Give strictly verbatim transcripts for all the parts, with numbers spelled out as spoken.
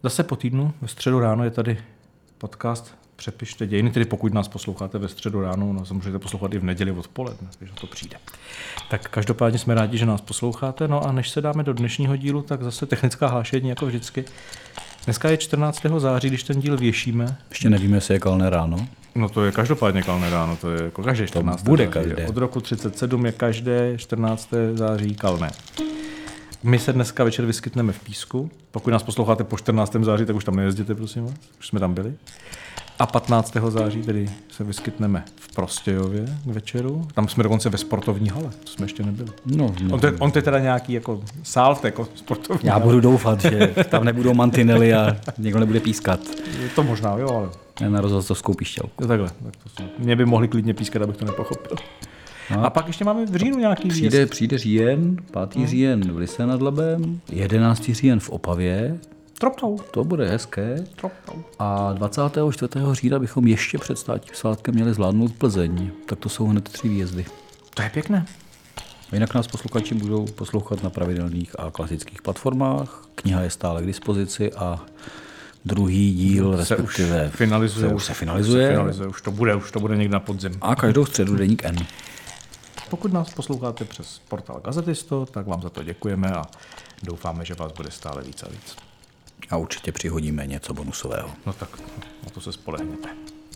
Zase po týdnu, ve středu ráno je tady podcast Přepište dějiny, tedy pokud nás posloucháte ve středu ráno, no, můžete poslouchat i v neděli odpoledne, když to přijde. Tak každopádně jsme rádi, že nás posloucháte, no a než se dáme do dnešního dílu, tak zase technická hlášení jako vždycky. Dneska je čtrnáctého září, když ten díl věšíme. Ještě nevíme, jestli je kalné ráno. No to je každopádně kalné ráno, to je jako každé čtrnáctého bude září. každé. Od roku třicet sedm je každé čtrnáctého září kalné. My se dneska večer vyskytneme v Písku. Pokud nás posloucháte po čtrnáctého září, tak už tam nejezděte, prosím vás. Už jsme tam byli. A patnáctého září tedy se vyskytneme v Prostějově k večeru. Tam jsme dokonce ve sportovní hale, to jsme ještě nebyli. No, no. On, to je, on to je teda nějaký jako sál v té jako sportovní Já hale. budu doufat, že tam nebudou mantinely a někdo nebude pískat. Je to možná, jo, ale... Ne na rozhlasovskou píšťalku. Jo, takhle. Tak to jsou. Mě by mohli klidně pískat, abych to nepochopil. No. A pak ještě máme v říjnu nějaký Přijde, výjezd. přijde říjen, pátý no. říjen v Lysé nad Labem, jedenáctý říjen v Opavě. Troptou. To bude hezké. Troptou. A dvacátého čtvrtého října bychom ještě před státním svátkem měli zvládnout Plzeň. Tak to jsou hned tři výjezdy. To je pěkné. A jinak nás posluchači budou poslouchat na pravidelných a klasických platformách. Kniha je stále k dispozici a druhý díl, se respektive už finalizuje. se už se finalizuje. Se finalizuje. Už to bude, už to bude někdy na podzim. A každou středu deník N. Pokud nás posloucháte přes portál Gazetisto, tak vám za to děkujeme a doufáme, že vás bude stále víc a víc. A určitě přihodíme něco bonusového. No tak, na to se spolehněte.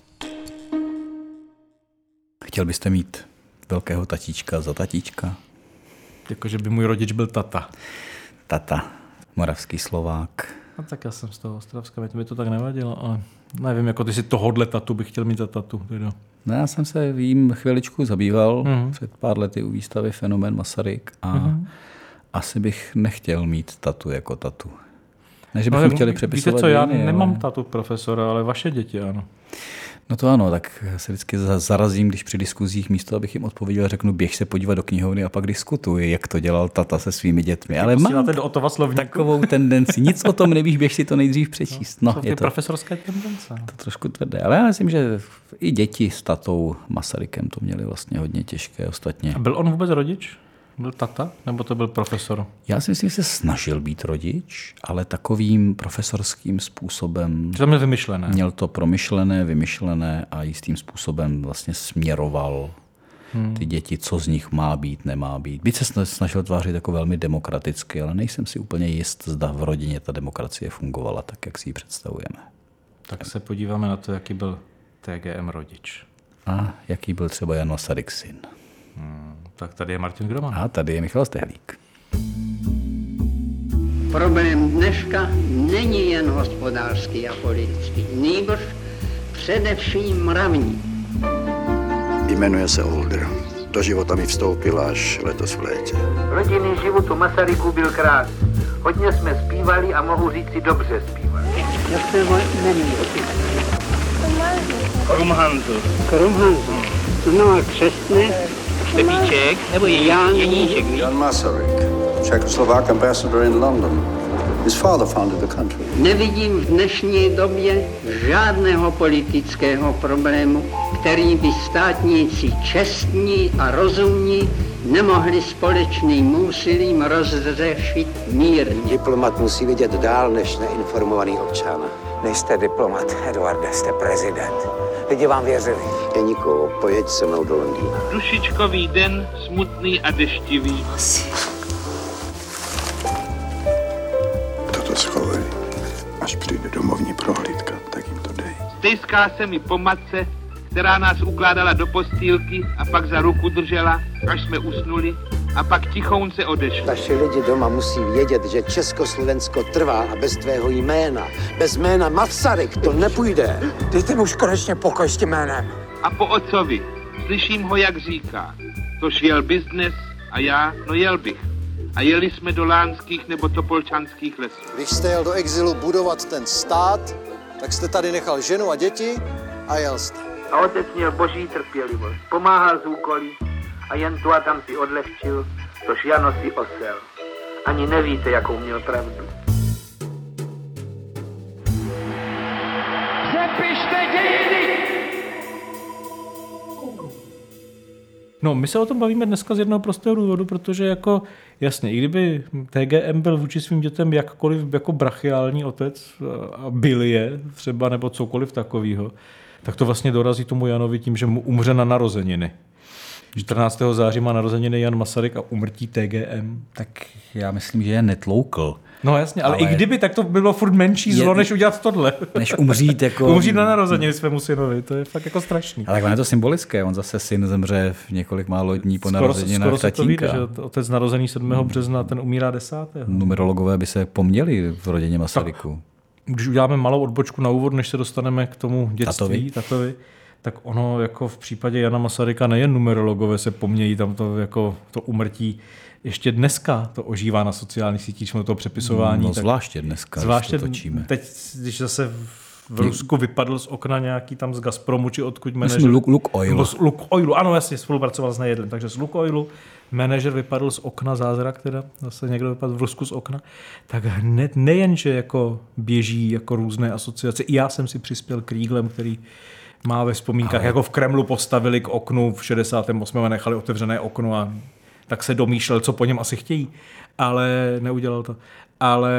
Chtěl byste mít velkého tatíčka za tatíčka? Jako, že by můj rodič byl tata. Tata, moravský Slovák. No tak já jsem z toho Ostravska, mě to tak nevadilo, ale nevím, jako ty si tohodle tatu bych chtěl mít za tatu. Teda. No, já jsem se jím chviličku zabýval mm. před pár lety u výstavy Fenomén Masaryk a mm. asi bych nechtěl mít tatu jako tatu. Ne, že bychom no, chtěli přepisovat. Víte co, já dějiny, nemám ale... tatu profesora, ale vaše děti ano. No to ano, tak se vždycky zarazím, když při diskuzích místo, abych jim odpověděl, řeknu, běž se podívat do knihovny a pak diskutuji, jak to dělal tata se svými dětmi. Ale mám do takovou tendenci, nic o tom nevíš, běž si to nejdřív přečíst. No, no, je to profesorské tendence. To trošku tvrdé, ale já myslím, že i děti s tatou Masarykem to měli vlastně hodně těžké ostatně. A byl on vůbec rodič? Byl tata? Nebo to byl profesor? Já si myslím, že se snažil být rodič, ale takovým profesorským způsobem. To měl vymyšlené. Měl to promyšlené, vymyšlené a jistým způsobem vlastně směroval hmm. ty děti, co z nich má být, nemá být. Byť se snažil tvářit jako velmi demokraticky, ale nejsem si úplně jist, zda v rodině ta demokracie fungovala tak, jak si ji představujeme. Tak se podíváme na to, jaký byl T G M rodič. A jaký byl třeba Jan Masaryk syn. Hmm, tak tady je Martin Groman. A tady je Michal Stehlík. Problém dneška není jen hospodářský a politický, nýbrž především mravní. Jmenuje se Older. Do života mi vstoupila až letos v létě. Rodinný život u Masaryků byl krásný. Hodně jsme zpívali a mohu říct si dobře zpívali. Jak se jmenuje? Krumhanzu. Krumhanzu. No a křestné? Pepíček nebo Jeníček? Jan Masaryk, Czechoslovak ambassador in London. His father founded the country. Nevidím v dnešní době žádného politického problému, který by státníci čestní a rozumní nemohli společným úsilím rozřešit mírně. Diplomat musí vidět dál než neinformovaný občan. Nejste diplomat, Eduarde, jste prezident. Lidi vám věřili. Jeníku, pojeď se mnou do Londýna. Dušičkový den, smutný a deštivý. Toto schovej. Až přijde domovní prohlídka, tak jim to dej. Stejská se mi po matce, která nás ukládala do postýlky a pak za ruku držela, až jsme usnuli a pak tichounce odešli. Naši lidi doma musí vědět, že Československo trvá a bez tvého jména, bez jména Masaryk to nepůjde. Dejte mu už konečně pokoj s tím jménem. A po otcovi, slyším ho, jak říká, tož jel biznes a já, no jel bych. A jeli jsme do lánských nebo topolčanských lesů. Když jste jel do exilu budovat ten stát, tak jste tady nechal ženu a děti a jel jste. A otec měl boží trpělivost, pomáhal z úkolí a jen tu a tam si odlehčil, tož Jano si osel. Ani nevíte, jakou měl pravdu. Přepište dějiny! No, my se o tom bavíme dneska z jednoho prostého důvodu, protože jako jasně, i kdyby T G M byl vůči svým dětem jakkoliv jako brachiální otec a byl je třeba nebo cokoliv takového, tak to vlastně dorazí tomu Janovi tím, že mu umře na narozeniny. čtrnáctého září má narozeniny Jan Masaryk a umrtí T G M. Tak já myslím, že je netloukl. No jasně, ale, ale i kdyby, tak to bylo furt menší zlo, je, než udělat tohle. Než umřít jako... Umřít na narozeniny svému synovi, to je fakt jako strašný. Ale tak je to symbolické, on zase syn zemře v několik málo dní po narozeninách tatínka. Skoro se to vyjde, že otec narozený sedmého března, ten umírá desátého Numerologové by se poměli v rodině Masaryku. Tak, když uděláme malou odbočku na úvod, než se dostaneme k tomu dětství, tatovi, tatovi tak ono jako v případě Jana Masaryka nejen numerologové se pomějí, tam to jako to umrtí ještě dneska to ožívá na sociálních sítích, jsme to přepisování. No zvláště dneska, zvláště to točíme. Teď, když zase v Rusku vypadl z okna nějaký tam z Gazpromu, či odkud manažer... Myslím Lukoilu. Lukoilu, ano, jasně, spolupracoval s Nejedlem, takže z Lukoilu manažer vypadl z okna, zázrak teda, zase někdo vypadl v Rusku z okna, tak hned nejen, že jako běží jako různé asociace, i já jsem si přispěl Kríglem, který má ve vzpomínkách, ale... jako v Kremlu postavili k oknu v šedesátém osmém a nechali otevřené okno a tak se domýšlel, co po něm asi chtějí, ale neudělal to. Ale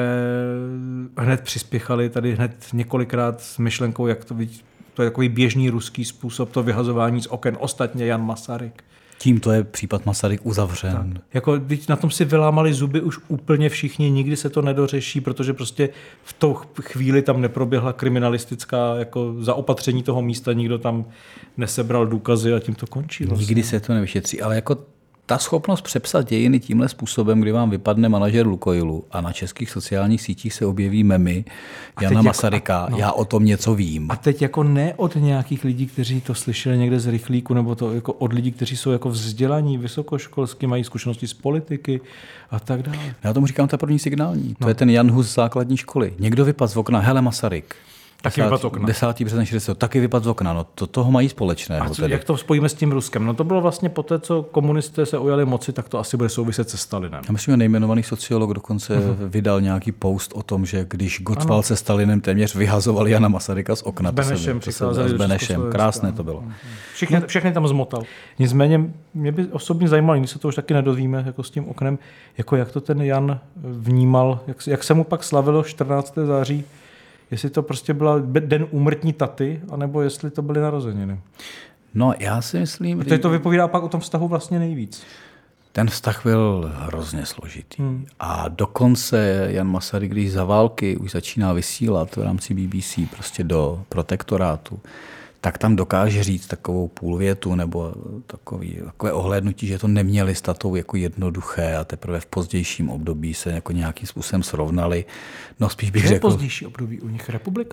hned přispěchali tady hned několikrát s myšlenkou, jak to vidí, to je takový běžný ruský způsob, to vyhazování z oken, ostatně Jan Masaryk. Tímto je případ Masaryk uzavřen. Tak. Jako, na tom si vylámali zuby už úplně všichni, nikdy se to nedořeší, protože prostě v tou chvíli tam neproběhla kriminalistická jako zaopatření toho místa, nikdo tam nesebral důkazy a tím to končí. Vlastně. Nikdy se to nevyšetří, ale jako ta schopnost přepsat dějiny tímhle způsobem, kdy vám vypadne manažer Lukoilu a na českých sociálních sítích se objeví memy Jana Masaryka, jako, no. Já o tom něco vím. A teď jako ne od nějakých lidí, kteří to slyšeli někde z rychlíku, nebo to jako od lidí, kteří jsou jako vzdělaní, vysokoškolsky, mají zkušenosti z politiky a tak dále. Já tomu říkám, ta první signální. No. To je ten Jan Hus z základní školy. Někdo vypadl z okna, hele Masaryk. Taky vypad z okna. desátého března šedesátého Taky vypad z okna. No, to toho mají společného. A co, jak to spojíme s tím Ruskem? No to bylo vlastně po té, co komunisté se ujali moci, tak to asi bude souviset se Stalinem. Já myslím, že nejmenovaný sociolog dokonce uh-huh. vydal nějaký post o tom, že když Gottwald se Stalinem téměř vyhazovali Jana Masaryka z okna. S Benešem přicházeli. S Benešem. Krásné to bylo. Všechny, všechny tam zmotal. Nicméně mě by osobně zajímalo, když se to už taky nedozvíme, jako s tím oknem, jako jak to ten Jan vnímal, jak, jak se mu pak slavilo čtrnáctého září, jestli to prostě byla den úmrtní taty, anebo jestli to byly narozeniny. No, já si myslím... Protože to vypovídá pak o tom vztahu vlastně nejvíc. Ten vztah byl hrozně složitý. Hmm. A dokonce Jan Masaryk, když za války už začíná vysílat v rámci B B C prostě do protektorátu, tak tam dokáže říct takovou půlvětu nebo takový, takové ohlédnutí, že to neměli s tatou jako jednoduché a teprve v pozdějším období se jako nějakým způsobem srovnali. No spíš bych že řekl... pozdější období u nich republika?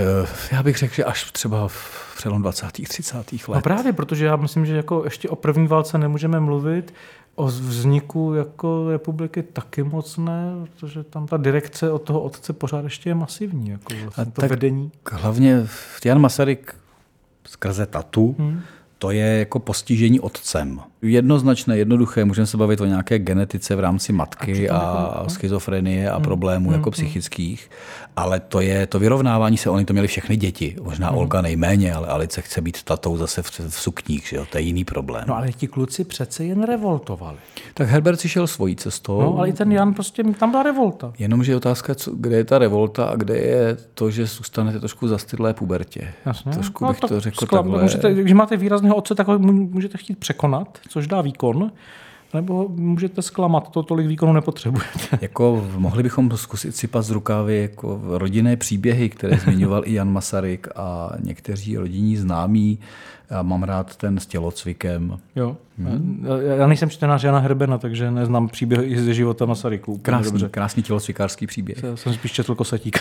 Já bych řekl, že až třeba v přelom dvacátých třicátých let. No právě, protože já myslím, že jako ještě o první válce nemůžeme mluvit, o vzniku jako republiky taky moc ne, protože tam ta direkce od toho otce pořád ještě je masivní. Jako vlastně to vedení. Hlavně Jan Masaryk skrze tatu, hmm. to je jako postižení otcem. Jednoznačné, jednoduché, můžeme se bavit o nějaké genetice v rámci matky a, a schizofrenie a hmm. problémů hmm. jako psychických, ale to je to vyrovnávání se, oni to měli všechny děti, možná hmm. Olga nejméně, ale Alice chce být tatou zase v, v sukních, že jo? To je jiný problém. No ale ti kluci přece jen revoltovali. Tak Herbert si šel svojí cestou. No ale i ten Jan prostě, tam byla revolta. Jenomže je otázka, co, kde je ta revolta a kde je to, že zůstanete trošku zastydlé pubertě. Jasně. Trošku no, bych to řekl sklam, takhle. Můžete, když máte výrazného otce, tak ho můžete chtít překonat, což dá výkon, nebo můžete zklamat, to tolik výkonu nepotřebujete. Jako mohli bychom zkusit sypat z rukávy jako rodinné příběhy, které zmiňoval i Jan Masaryk a někteří rodinní známí. Já mám rád ten s tělocvikem. Jo. Hmm. Já nejsem čtenář Jana Herbena, takže neznám příběhy i ze života Masaryku. Krásný, krásný tělocvikářský příběh. Já jsem spíš četl Kosatíka.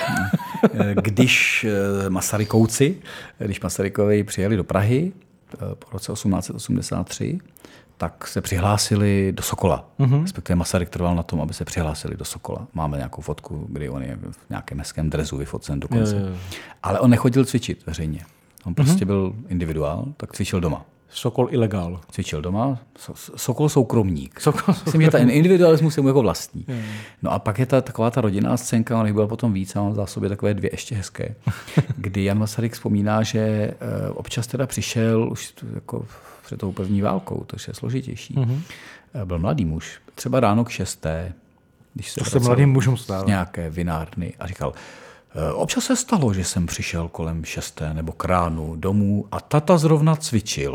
Když Masarykouci, když Masarykovi přijeli do Prahy po roce osmnáct set osmdesát tři, tak se přihlásili do Sokola. Mm-hmm. Respektive Masaryk trval na tom, aby se přihlásili do Sokola. Máme nějakou fotku, kdy on je v nějakém hezkém dresu vyfocen dokonce. Je, je, je. Ale on nechodil cvičit veřejně. On prostě mm-hmm. byl individuál, tak cvičil doma. Sokol ilegál. Cvičil doma, Sokol soukromník. Sokol Myslím, že ten individualismus je mu jako vlastní. No a pak je ta taková ta rodinná scénka, on jich byla potom víc a on v sobě takové dvě ještě hezké, kdy Jan Masaryk vzpomíná, že občas teda přišel už jako před tou první válkou, to je složitější. Mm-hmm. Byl mladý muž, třeba ráno k šesté, když se, se mladým mužům stává. Z nějaké vinárny a říkal, občas se stalo, že jsem přišel kolem šesté nebo k ránu domů a tata zrovna cvičil.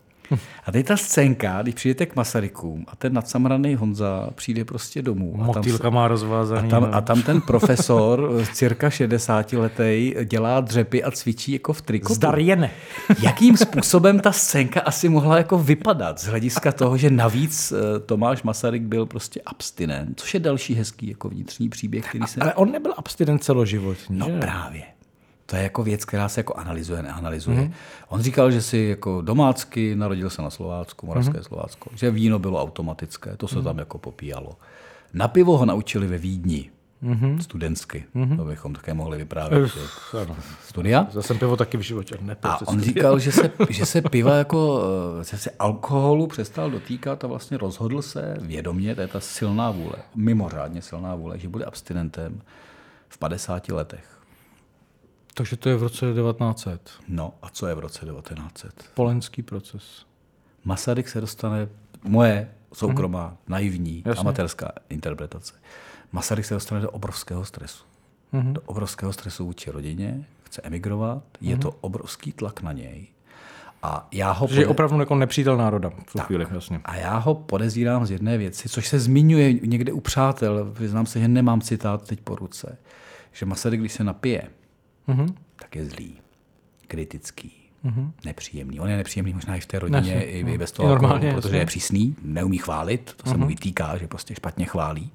A teď ta scénka, když přijdete k Masarykům a ten nadsamraný Honza přijde prostě domů. Motýlka má rozvázaný. A tam, a tam ten profesor, cirka šedesátiletý, dělá dřepy a cvičí jako v trikotu. Zdar jene. Jakým způsobem ta scénka asi mohla jako vypadat z hlediska toho, že navíc Tomáš Masaryk byl prostě abstinent, což je další hezký jako vnitřní příběh, který se... Ale on nebyl abstinent celoživotní. No že? Právě. To je jako věc, která se jako analyzuje, neanalyzuje. Mm-hmm. On říkal, že si jako domácky narodil se na Slovácku, Moravské mm-hmm. Slovácko, že víno bylo automatické, to se mm-hmm. tam jako popíjalo. Na pivo ho naučili ve Vídni, mm-hmm. studentsky, mm-hmm. to bychom také mohli vyprávět. Studia? Já jsem pivo taky v životě nepil. A on studia. Říkal, že se, že se piva jako, že se alkoholu přestal dotýkat a vlastně rozhodl se vědomě, to je ta silná vůle, mimořádně silná vůle, že bude abstinentem v padesáti letech. Takže to je v roce devatenáct set. No a co je v roce devatenáct set? Polenský proces. Masaryk se dostane, moje soukromá, mm. naivní, jasně. amatérská interpretace. Masaryk se dostane do obrovského stresu. Mm. Do obrovského stresu vůči rodině, chce emigrovat, mm. je to obrovský tlak na něj. A já ho pode... je opravdu jako nepřítel národa v tu chvíli, jasně. A já ho podezírám z jedné věci, což se zmiňuje někde u přátel, přiznám se, že nemám citát teď po ruce, že Masaryk, když se napije, mm-hmm. tak je zlý, kritický, mm-hmm. nepříjemný. On je nepříjemný možná i v té rodině, Nechci, i bez toho, alkoholu, protože je přísný, neumí chválit, to se mm-hmm. mu vytýká, že prostě špatně chválí.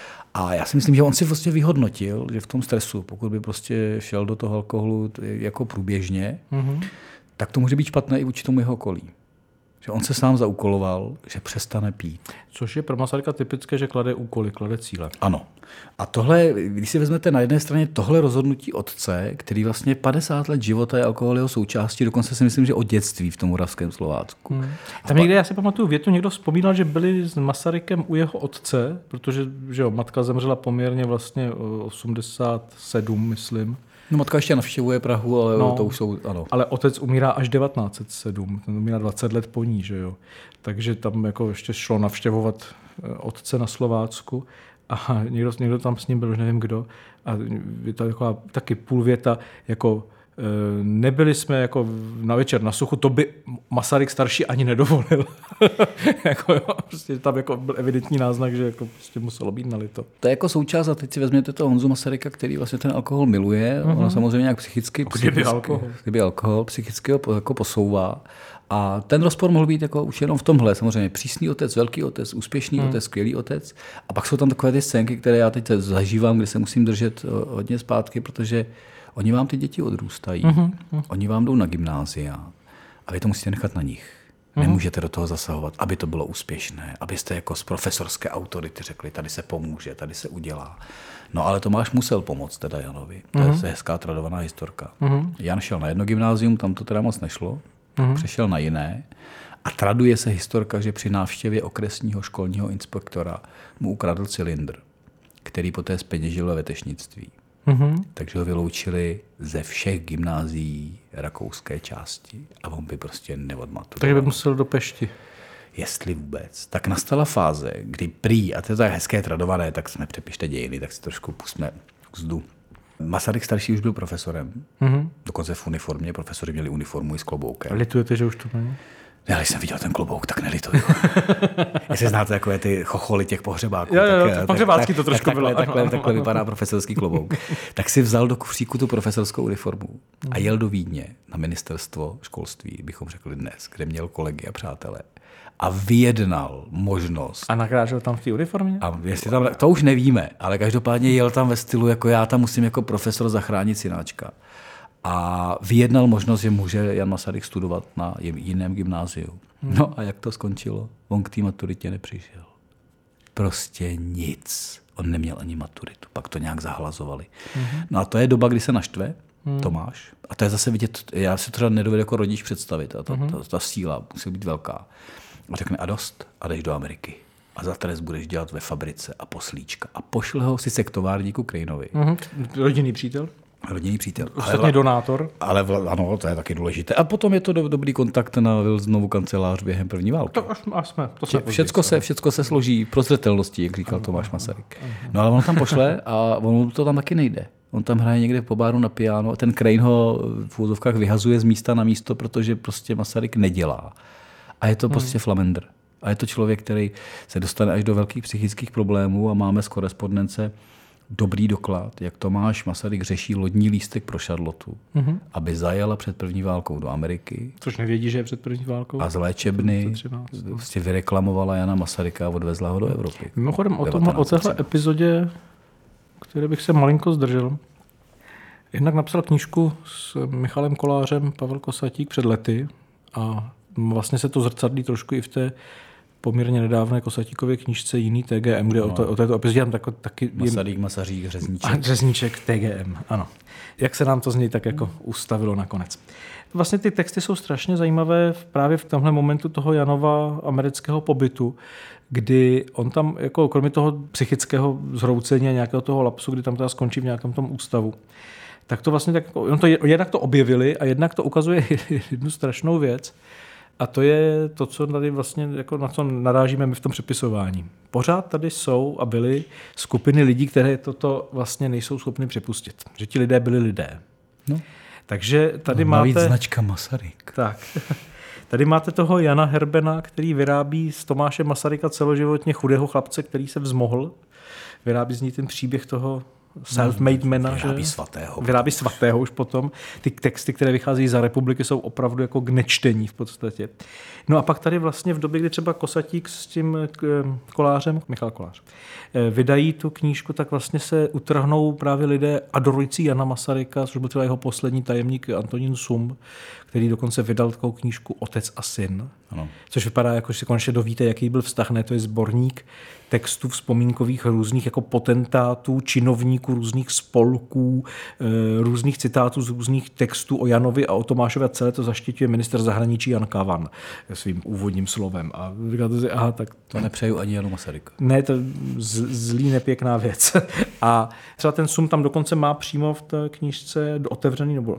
A já si myslím, že on si prostě vyhodnotil, že v tom stresu, pokud by prostě šel do toho alkoholu jako průběžně, mm-hmm. tak to může být špatné i vůči tomu jeho okolí. Že on se sám zaúkoloval, že přestane pít. Což je pro Masaryka typické, že klade úkoly, klade cíle. Ano. A tohle, když si vezmete na jedné straně tohle rozhodnutí otce, který vlastně padesát let života je alkohol jeho součástí, dokonce si myslím, že od dětství v tom Moravském Slovácku. Hmm. Tam někde, já si pamatuju větu, někdo vzpomínal, že byli s Masarykem u jeho otce, protože že jo, matka zemřela poměrně vlastně osmdesát sedm, myslím. No, matka ještě navštěvuje Prahu, ale no, to už jsou, ano. Ale otec umírá až devatenáct set sedm, ten umírá dvacet let po ní, že jo. Takže tam jako ještě šlo navštěvovat otce na Slovácku a někdo, někdo tam s ním byl, už nevím kdo, a je to taková taky půl věta, jako nebyli jsme jako na večer na suchu, to by Masaryk starší ani nedovolil. jako, jo, prostě tam jako byl evidentní náznak, že jako prostě muselo být nalito. To je jako součást, a teď si vezměte toho Honzu Masaryka, který vlastně ten alkohol miluje, mm-hmm. on samozřejmě nějak psychicky, psychicky, alkohol. psychicky alkohol, psychicky ho jako posouvá. A ten rozpor mohl být jako už jenom v tomhle. Samozřejmě přísný otec, velký otec, úspěšný hmm. otec, skvělý otec. A pak jsou tam takové ty scénky, které já teď zažívám, kdy se musím držet hodně zpátky, protože oni vám ty děti odrůstají. Hmm. Oni vám jdou na gymnázia a vy to musíte nechat na nich. Hmm. Nemůžete do toho zasahovat, aby to bylo úspěšné, abyste jako z profesorské autority řekli, tady se pomůže, tady se udělá. No ale Tomáš musel pomoct teda Janovi. To hmm. je hezká tradovaná historka. Hmm. Jan šel na jedno gymnázium, tam to teda moc nešlo. Mm-hmm. Přešel na jiné a traduje se historka, že při návštěvě okresního školního inspektora mu ukradl cylindr, který poté zpeněžil ve vetešnictví. Mm-hmm. Takže ho vyloučili ze všech gymnázií rakouské části a on by prostě neodmaturoval. Takže by musel do Pešti. Jestli vůbec. Tak nastala fáze, kdy prý, a to je tak hezké tradované, tak jsme přepište dějiny, tak si trošku pustíme vzdu. Masaryk starší už byl profesorem, mm-hmm. dokonce v uniformě, profesory měli uniformu i s kloboukem. Litujete, že už to není? Já, když jsem viděl ten klobouk, tak nelituju. Jestli znáte takové ty chocholy těch pohřebáků. Jo, jo, tak, pohřebácký to trošku tak, bylo. Takhle, takhle, takhle vypadá profesorský klobouk. Tak si vzal do kufříku tu profesorskou uniformu a jel do Vídně na ministerstvo školství, bychom řekli dnes, kde měl kolegy a přátelé. A vyjednal možnost. A nakrážel tam v té uniformě? A jestli tam, to už nevíme, ale každopádně jel tam ve stylu, jako já tam musím jako profesor zachránit synáčka. A vyjednal možnost, že může Jan Masaryk studovat na jiném gymnáziu. Hmm. No a jak to skončilo? On k té maturitě nepřišel. Prostě nic. On neměl ani maturitu. Pak to nějak zahlazovali. Hmm. No a to je doba, kdy se naštve. hmm. Tomáš. A to je zase vidět, já si to třeba nedovedu jako rodič představit. A ta, hmm. ta, ta síla musí být velká. A řekne a dost a jdeš do Ameriky. A za trest budeš dělat ve fabrice a poslíčka. A pošle ho si k továrníku Craneovi. Hmm. Rodinný přítel? Rodinný přítel. Ostatně donátor. Ale ano, to je taky důležité. A potom je to do, dobrý kontakt na Wilsonovu kancelář během první války. To, až jsme, to se všecko, se, všecko se složí prozřetelností, jak říkal ano, Tomáš Masaryk. Ano, ano. No ale on tam pošle a on to tam taky nejde. On tam hraje někde po báru na piano. Ten Crane ho v úzovkách vyhazuje z místa na místo, protože prostě Masaryk nedělá. A je to prostě hmm. flamendr. A je to člověk, který se dostane až do velkých psychických problémů a máme z korespondence dobrý doklad, jak Tomáš Masaryk řeší lodní lístek pro Charlotu, mm-hmm. aby zajela před první válkou do Ameriky. Což nevědí, že je před první válkou. A z léčebny vlastně vyreklamovala Jana Masaryka a odvezla ho do Evropy. Mimochodem o, tom, o téhle epizodě, které bych se malinko zdržel, jednak napsal knížku s Michalem Kolářem Pavel Kosatík před lety a vlastně se to zrcadlí trošku i v té poměrně nedávné Kosatíkově knížce Jiný T G M, kde no. o, to, o této epizodě tam tak, taky... Masaryk, Masařík, Řezníček. A Řezníček, T G M, ano. Jak se nám to z něj tak jako ustavilo nakonec. Vlastně ty texty jsou strašně zajímavé právě v tomhle momentu toho Janova amerického pobytu, kdy on tam, jako kromě toho psychického zhroucení a nějakého toho lapsu, kdy tam teda skončí v nějakém tom ústavu, tak to vlastně tak, on to jednak to objevili a jednak to ukazuje jednu strašnou věc, a to je to, co tady vlastně, jako na co narážíme my v tom přepisování. Pořád tady jsou a byly skupiny lidí, které toto vlastně nejsou schopny připustit. Že ti lidé byli lidé. No. Takže tady no, máte... značka Masaryk. Tak. Tady máte toho Jana Herbena, který vyrábí z Tomáše Masaryka celoživotně chudého chlapce, který se vzmohl. Vyrábí z ní ten příběh toho self-made mana, vyrábí svatého. Vyrábí svatého už potom. Ty texty, které vycházejí za republiky, jsou opravdu jako k nečtení v podstatě. No a pak tady vlastně v době, kdy třeba Kosatík s tím Kolářem, Michal Kolář, vydají tu knížku, tak vlastně se utrhnou právě lidé adorující Jana Masaryka, což byl třeba jeho poslední tajemník Antonín Sum, který dokonce vydal takovou knížku Otec a syn, ano. Což vypadá jako, že si konečně dovíte, jaký byl vztah, ne, to je sborník textů vzpomínkových různých jako potentátů, činovníků, různých spolků, různých citátů z různých textů o Janovi a o Tomášovi a celé to zaštiťuje ministr zahraničí Jan Kavan svým úvodním slovem. A říkáte si, aha, tak... To nepřeju ani Janu Masaryku. Ne, to z, zlý, nepěkná věc. A třeba ten Sum tam dokonce má přímo v té knížce otevřený nebo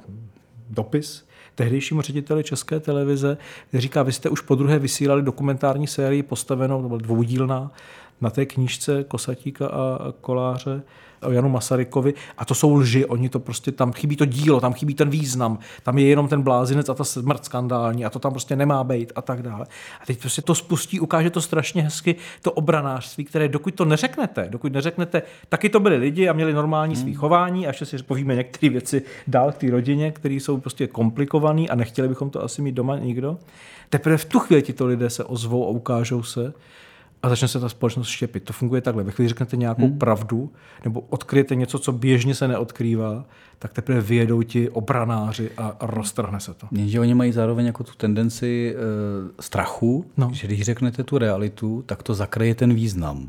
dopis tehdejšímu řediteli České televize, který říká, vy jste už podruhé vysílali dokumentární sérii postavenou, to byla dvoudílná, na té knížce Kosatíka a Koláře o Janu Masarykovi a to jsou lži, oni to prostě, tam chybí to dílo, tam chybí ten význam, tam je jenom ten blázinec a ta smrt skandální a to tam prostě nemá být a tak dále. A teď prostě to spustí, ukáže to strašně hezky, to obranářství, které dokud to neřeknete, dokud neřeknete, taky to byli lidi a měli normální svý chování a ještě si povíme některé věci dál k té rodině, které jsou prostě komplikované a nechtěli bychom to asi mít doma nikdo. Teprve v tu chvíli tito lidé se ozvou a ukážou se a začne se ta společnost štěpit. To funguje takhle. Ve chvíli řeknete nějakou hmm. pravdu nebo odkryjete něco, co běžně se neodkrývá, tak teprve vyjedou ti obranáři a roztrhne se to. Jenže oni mají zároveň jako tu tendenci e, strachu, no. že když řeknete tu realitu, tak to zakryje ten význam.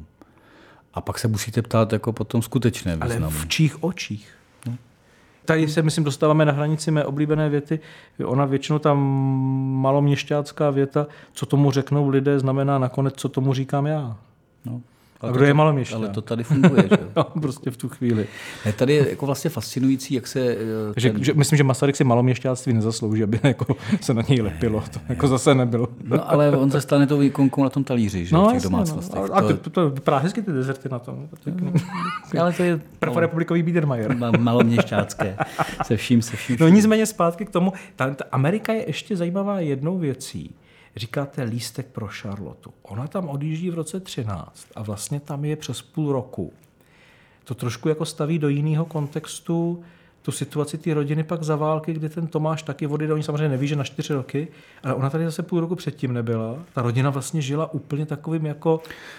A pak se musíte ptát jako po tom skutečné významu. Ale v čích očích? No. Tady se, myslím, dostáváme na hranici mé oblíbené věty. Ona většinou ta maloměšťácká věta, co tomu řeknou lidé, znamená nakonec, co tomu říkám já. No. A kdo to, je maloměšťák? Ale to tady funguje, že? No, prostě v tu chvíli. Ne, tady je jako vlastně fascinující, jak se... Ten... Že, že, myslím, že Masaryk si maloměšťáctví nezaslouží, aby jako se na něj lepilo. To ne, jako zase nebylo. No, ale on se stane tou ikonkou na tom talíři, že? No, v těch domácnostech. No. A to, to, to vypadá hezky ty dezerty na tom. No, ale to je... Prvorepublikový Biedermeier. Maloměšťácké. Se vším, se vším. No nicméně zpátky k tomu. Ta, ta Amerika je ještě zajímavá jednou věcí. Říkáte lístek pro Charlotu. Ona tam odjíždí v roce třináct a vlastně tam je přes půl roku. To trošku jako staví do jiného kontextu tu situaci té rodiny pak za války, kdy ten Tomáš taky odjede, oni samozřejmě neví, že na čtyři roky, ale ona tady zase půl roku předtím nebyla. Ta rodina vlastně žila úplně takovým jako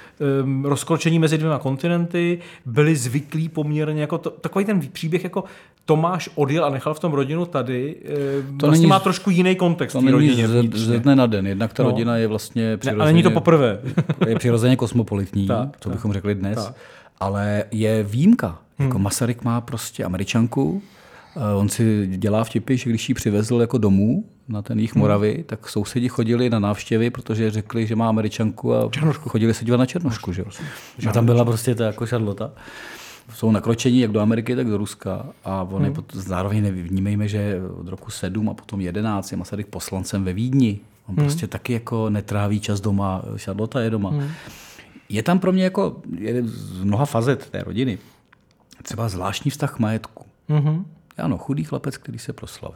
um, rozkročení mezi dvěma kontinenty, byli zvyklí poměrně, jako to, takový ten příběh jako Tomáš odjel a nechal v tom rodinu tady, um, to vlastně není, má trošku jiný kontext. To není ze dne na den, jednak ta no. rodina je vlastně přirozeně... Ne, ale není to poprvé. Je přirozeně kosmopolitní, tak, co tak, bychom řekli dnes, tak. ale je výjimka. Hmm. Jako Masaryk má prostě Američanku On si dělá vtipy, že když ji přivezl jako domů na ten jich Moravy, hmm. tak sousedi chodili na návštěvy, protože řekli, že má Američanku a Černošku. Chodili se dívat na Černošku. Že? A tam byla prostě ta jako Charlotte. Jsou nakročení jak do Ameriky, tak do Ruska. A oni hmm. zároveň nevnímejme, že od roku sedm a potom jedenáct je Masaryk poslancem ve Vídni. On hmm. prostě taky jako netráví čas doma. Charlotte je doma. Hmm. Je tam pro mě jako jeden z mnoha fazet té rodiny třeba zvláštní vztah k majetku. Hmm. Ano, chudý chlapec, který se proslavil.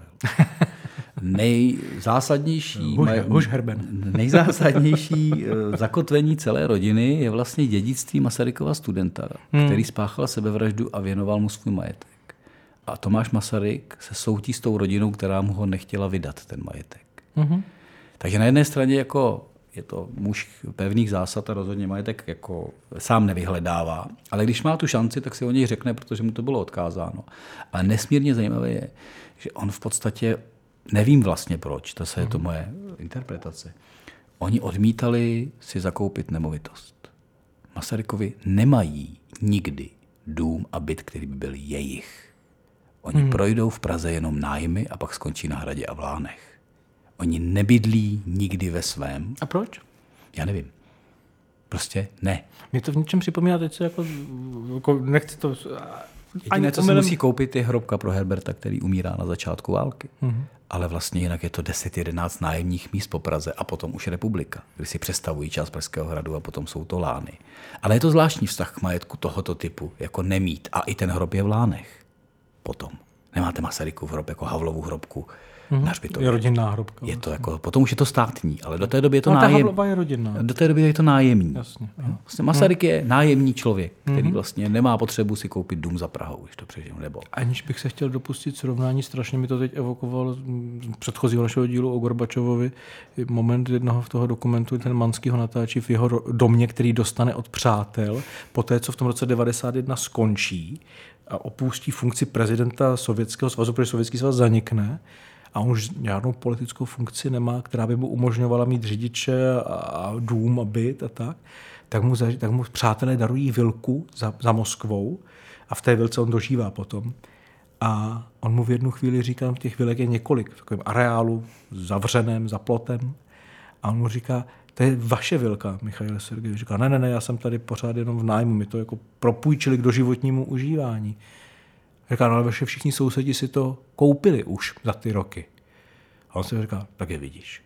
Nejzásadnější, Huž, huž Herben. nejzásadnější zakotvení celé rodiny je vlastně dědictví Masarykova studenta, hmm. který spáchal sebevraždu a věnoval mu svůj majetek. A Tomáš Masaryk se soudí s tou rodinou, která mu ho nechtěla vydat, ten majetek. Hmm. Takže na jedné straně jako je to muž pevných zásad a rozhodně majetek jako sám nevyhledává. Ale když má tu šanci, tak si o něj řekne, protože mu to bylo odkázáno. Ale nesmírně zajímavé je, že on v podstatě, nevím vlastně proč, to je to moje interpretace, oni odmítali si zakoupit nemovitost. Masarykovi nemají nikdy dům a byt, který by byl jejich. Oni hmm. projdou v Praze jenom nájmy a pak skončí na Hradě a v Lánech. Oni nebydlí nikdy ve svém. A proč? Já nevím. Prostě ne. Mě to v něčem připomíná, teď se jako, jako nechci to... Jediné, co umělem... si musí koupit, je hrobka pro Herberta, který umírá na začátku války. Mm-hmm. Ale vlastně jinak je to deset jedenáct nájemních míst po Praze a potom už republika, kdy si přestavují část Pražského hradu a potom jsou to Lány. Ale je to zvláštní vztah k majetku tohoto typu, jako nemít. A i ten hrob je v Lánech. Potom. Nemáte Masarykův hrob jako Havlovu hrobku. Mm-hmm. Je rodinná hrobka. Je to jako, potom už je to státní, ale do té doby je to no, nájemní. Ta Havlova je rodinná. Do té doby je to nájemní. Jasně. Vlastně Masaryk je nájemní člověk, který vlastně nemá potřebu si koupit dům za Prahou, když to přežiju, nebo. Aniž bych se chtěl dopustit srovnání, strašně mi to teď evokovalo z předchozího našeho dílu o Gorbačovovi. Moment jednoho v toho dokumentu, ten Manský ho natáčí v jeho domě, který dostane od přátel, poté, co v tom roce devadesát jedna skončí a opustí funkci prezidenta Sovětského svazu, protože Sovětský svaz zanikne. A on už žádnou politickou funkci nemá, která by mu umožňovala mít řidiče a dům a byt a tak, tak mu, tak mu přátelé darují vilku za, za Moskvou a v té vilce on dožívá potom. A on mu v jednu chvíli říká, těch vilek je několik, v takovém areálu zavřeném, za plotem. A on mu říká, to je vaše vilka, Michail Sergejevič. Říká, ne, ne, ne, já jsem tady pořád jenom v nájmu, mi to jako propůjčili k doživotnímu užívání. Říká, no ale vaše všichni sousedi si to koupili už za ty roky. A on si říká, tak je vidíš.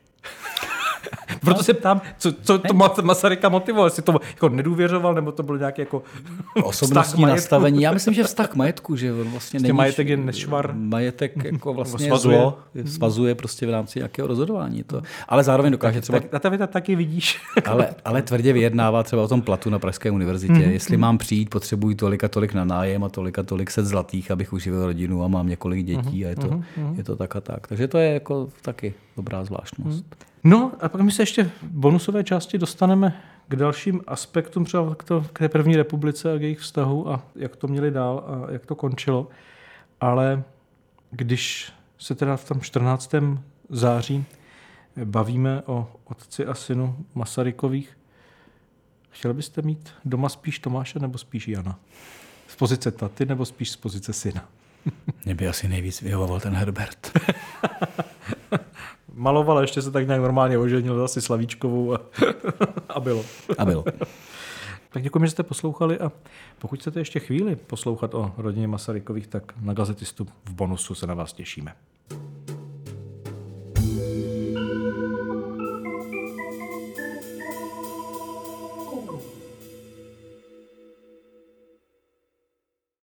Proto se ptám, co, co to Masaryka motivovalo, jestli to jako nedůvěřoval, nebo to bylo nějaké jako osobnostní nastavení. Já myslím, že vztah k majetku, že on vlastně není... Majetek je nešvar. Majetek jako vlastně svazuje. zlo, svazuje prostě v rámci nějakého rozhodování. To. Ale zároveň dokáže třeba... Tak, tak, tak taky vidíš. ale, ale tvrdě vyjednává třeba o tom platu na Pražské univerzitě. Mm-hmm. Jestli mám přijít, potřebuji tolik a tolik na nájem a tolik a tolik set zlatých, abych uživil rodinu a mám několik dětí mm-hmm. a je to, mm-hmm. je to tak a tak. Takže to je jako taky dobrá zvláštnost. Mm-hmm. No a pak my se ještě v bonusové části dostaneme k dalším aspektům, třeba k, to, k té první republice a k jejich vztahu a jak to měli dál a jak to končilo. Ale když se teda v tom čtrnáctém září bavíme o otci a synu Masarykových, chtěl byste mít doma spíš Tomáše nebo spíš Jana? Z pozice taty nebo spíš z pozice syna? Mě by asi nejvíc vyhovoval ten Herbert. Maloval a ještě se tak nějak normálně oženil zase Slavíčkovou a, a bylo. A bylo. Tak děkujeme, že jste poslouchali a pokud chcete ještě chvíli poslouchat o rodině Masarykových, tak na Gazetistu v bonusu se na vás těšíme.